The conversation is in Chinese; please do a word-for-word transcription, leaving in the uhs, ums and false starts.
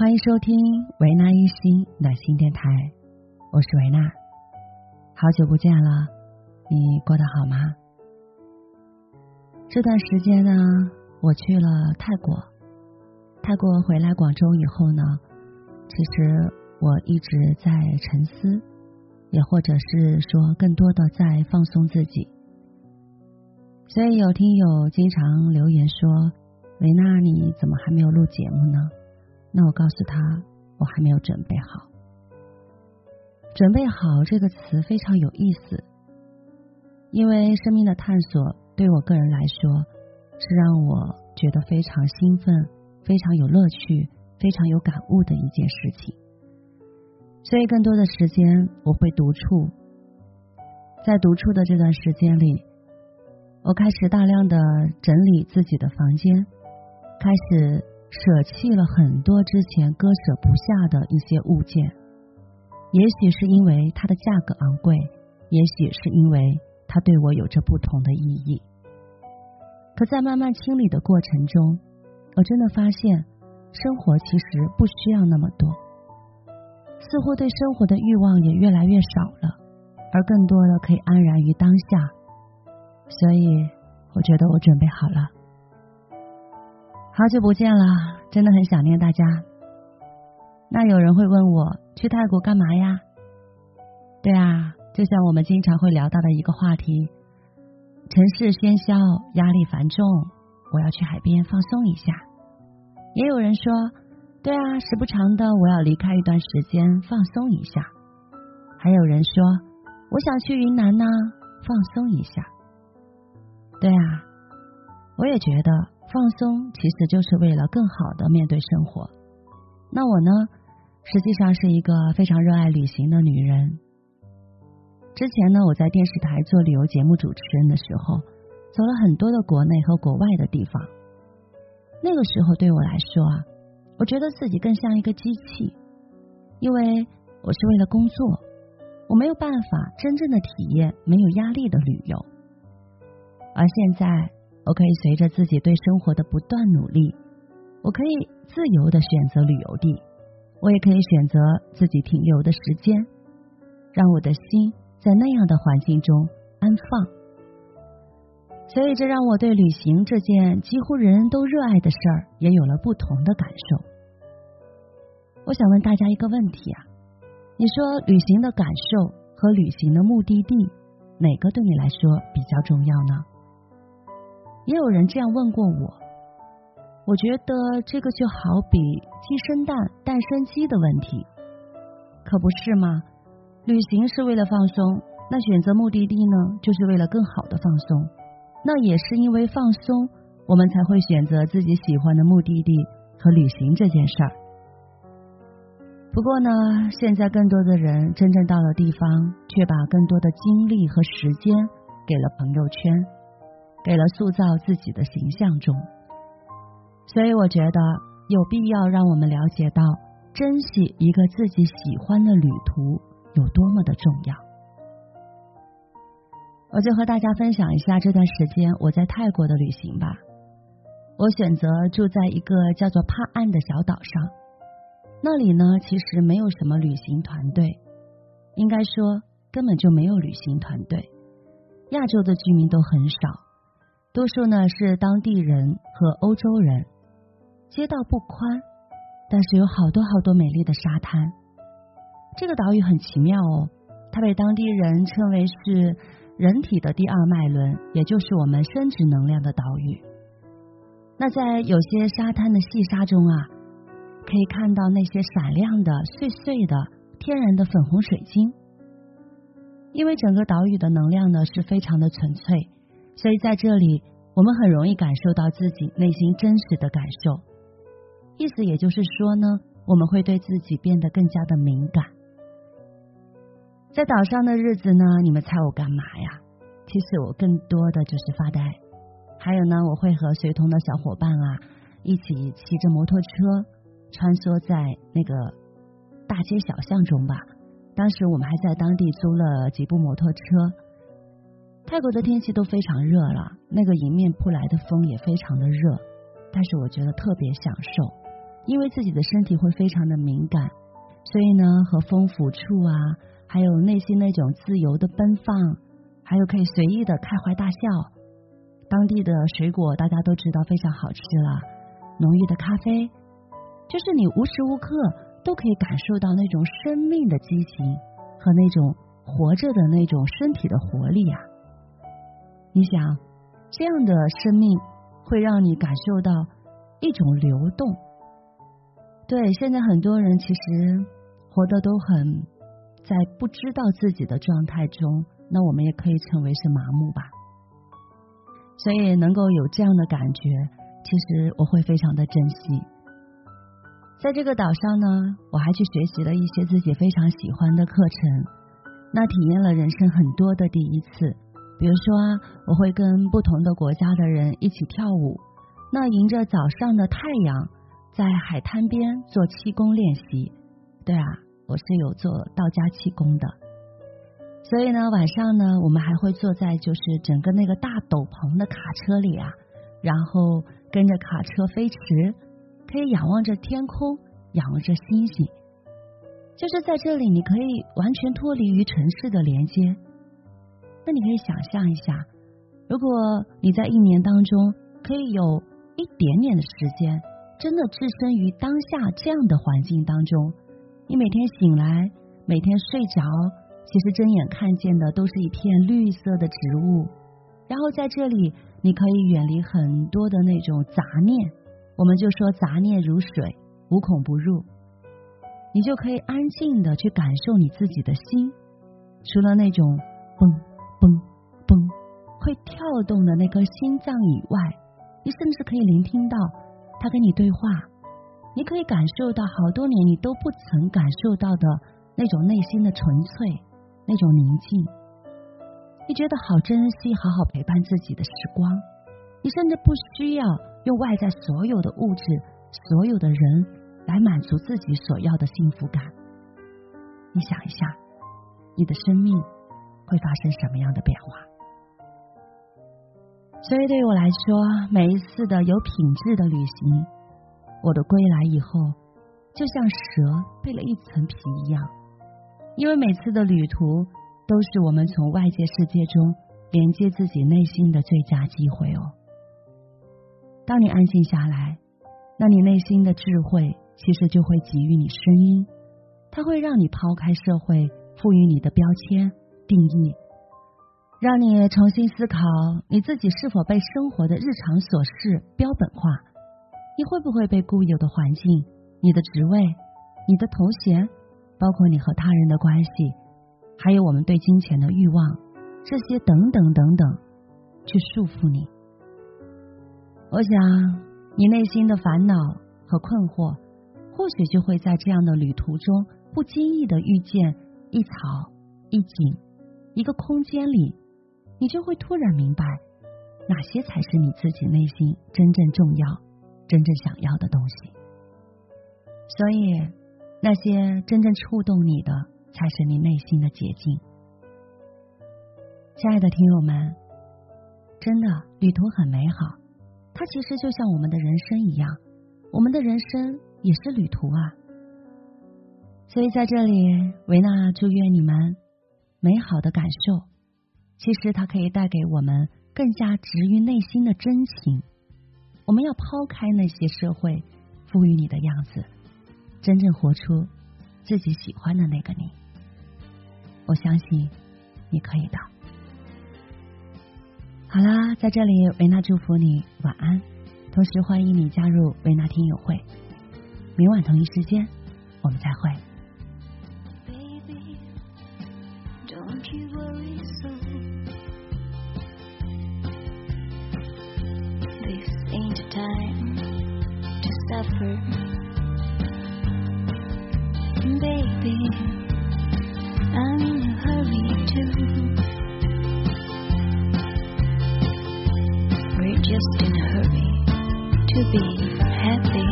欢迎收听维纳一心暖心电台，我是维纳。好久不见了，你过得好吗？这段时间呢，我去了泰国。泰国回来广州以后呢，其实我一直在沉思，也或者是说更多的在放松自己。所以有听友经常留言说，维纳你怎么还没有录节目呢？那我告诉他，我还没有准备好。准备好这个词非常有意思，因为生命的探索对我个人来说是让我觉得非常兴奋，非常有乐趣，非常有感悟的一件事情。所以更多的时间我会独处，在独处的这段时间里，我开始大量的整理自己的房间，开始舍弃了很多之前割舍不下的一些物件，也许是因为它的价格昂贵，也许是因为它对我有着不同的意义。可在慢慢清理的过程中，我真的发现生活其实不需要那么多，似乎对生活的欲望也越来越少了，而更多的可以安然于当下。所以我觉得我准备好了。好久不见了，真的很想念大家。那有人会问我，去泰国干嘛呀？对啊，就像我们经常会聊到的一个话题，城市喧嚣，压力繁重，我要去海边放松一下。也有人说，对啊，时不常的我要离开一段时间放松一下。还有人说，我想去云南呢，放松一下。对啊，我也觉得放松其实就是为了更好的面对生活。那我呢，实际上是一个非常热爱旅行的女人。之前呢，我在电视台做旅游节目主持人的时候，走了很多的国内和国外的地方。那个时候对我来说啊，我觉得自己更像一个机器，因为我是为了工作，我没有办法真正的体验没有压力的旅游。而现在我可以随着自己对生活的不断努力，我可以自由的选择旅游地，我也可以选择自己停留的时间，让我的心在那样的环境中安放。所以这让我对旅行这件几乎人人都热爱的事儿也有了不同的感受。我想问大家一个问题啊，你说旅行的感受和旅行的目的地，哪个对你来说比较重要呢？也有人这样问过我，我觉得这个就好比鸡生蛋，蛋生鸡的问题，可不是吗？旅行是为了放松，那选择目的地呢，就是为了更好的放松。那也是因为放松，我们才会选择自己喜欢的目的地和旅行这件事儿。不过呢，现在更多的人真正到了地方，却把更多的精力和时间给了朋友圈，给了塑造自己的形象中。所以我觉得有必要让我们了解到，珍惜一个自己喜欢的旅途有多么的重要。我就和大家分享一下这段时间我在泰国的旅行吧。我选择住在一个叫做帕岸的小岛上，那里呢其实没有什么旅行团队，应该说根本就没有旅行团队，亚洲的居民都很少，多数呢是当地人和欧洲人。街道不宽，但是有好多好多美丽的沙滩。这个岛屿很奇妙哦，它被当地人称为是人体的第二脉轮，也就是我们生殖能量的岛屿。那在有些沙滩的细沙中啊，可以看到那些闪亮的碎碎的天然的粉红水晶。因为整个岛屿的能量呢是非常的纯粹，所以在这里我们很容易感受到自己内心真实的感受。意思也就是说呢，我们会对自己变得更加的敏感。在岛上的日子呢，你们猜我干嘛呀？其实我更多的就是发呆。还有呢，我会和随同的小伙伴啊，一起骑着摩托车穿梭在那个大街小巷中吧。当时我们还在当地租了几部摩托车。泰国的天气都非常热了，那个迎面扑来的风也非常的热，但是我觉得特别享受。 因为自己的身体会非常的敏感，所以呢，和风抚触啊，还有内心那种自由的奔放，还有可以随意的开怀大笑。当地的水果大家都知道非常好吃了，浓郁的咖啡，就是你无时无刻都可以感受到那种生命的激情和那种活着的那种身体的活力啊。你想，这样的生命会让你感受到一种流动。对，现在很多人其实活得都很在不知道自己的状态中，那我们也可以称为是麻木吧。所以能够有这样的感觉，其实我会非常的珍惜。在这个岛上呢，我还去学习了一些自己非常喜欢的课程，那体验了人生很多的第一次。比如说啊，我会跟不同的国家的人一起跳舞，那迎着早上的太阳，在海滩边做气功练习。对啊，我是有做道家气功的。所以呢，晚上呢，我们还会坐在就是整个那个大斗篷的卡车里啊，然后跟着卡车飞驰，可以仰望着天空，仰望着星星。就是在这里，你可以完全脱离于城市的连接。那你可以想象一下，如果你在一年当中可以有一点点的时间，真的置身于当下这样的环境当中，你每天醒来，每天睡着，其实睁眼看见的都是一片绿色的植物，然后在这里你可以远离很多的那种杂念，我们就说杂念如水，无孔不入，你就可以安静的去感受你自己的心，除了那种蹦蹦蹦会跳动的那颗心脏以外，你甚至可以聆听到他跟你对话，你可以感受到好多年你都不曾感受到的那种内心的纯粹，那种宁静。你觉得好珍惜好好陪伴自己的时光，你甚至不需要用外在所有的物质，所有的人来满足自己所要的幸福感。你想一下，你的生命会发生什么样的变化？所以对于我来说，每一次的有品质的旅行，我的归来以后就像蛇被了一层皮一样，因为每次的旅途都是我们从外界世界中连接自己内心的最佳机会哦。当你安静下来，那你内心的智慧其实就会给予你声音，它会让你抛开社会赋予你的标签定义，让你重新思考你自己是否被生活的日常琐事标本化，你会不会被固有的环境、你的职位、你的头衔，包括你和他人的关系，还有我们对金钱的欲望，这些等等等等去束缚你。我想你内心的烦恼和困惑，或许就会在这样的旅途中不经意的遇见一草一景一个空间里，你就会突然明白哪些才是你自己内心真正重要真正想要的东西。所以那些真正触动你的才是你内心的捷径。亲爱的听友们，真的旅途很美好，它其实就像我们的人生一样，我们的人生也是旅途啊。所以在这里，维娜祝愿你们美好的感受，其实它可以带给我们更加植于内心的真情。我们要抛开那些社会赋予你的样子，真正活出自己喜欢的那个你。我相信你可以的。好啦，在这里维娜祝福你晚安，同时欢迎你加入维娜听友会，明晚同一时间我们再会。 Baby, don't you worry so. This ain't the time to suffer. Baby, I'm in a hurry too. We're just in a hurry to be happy.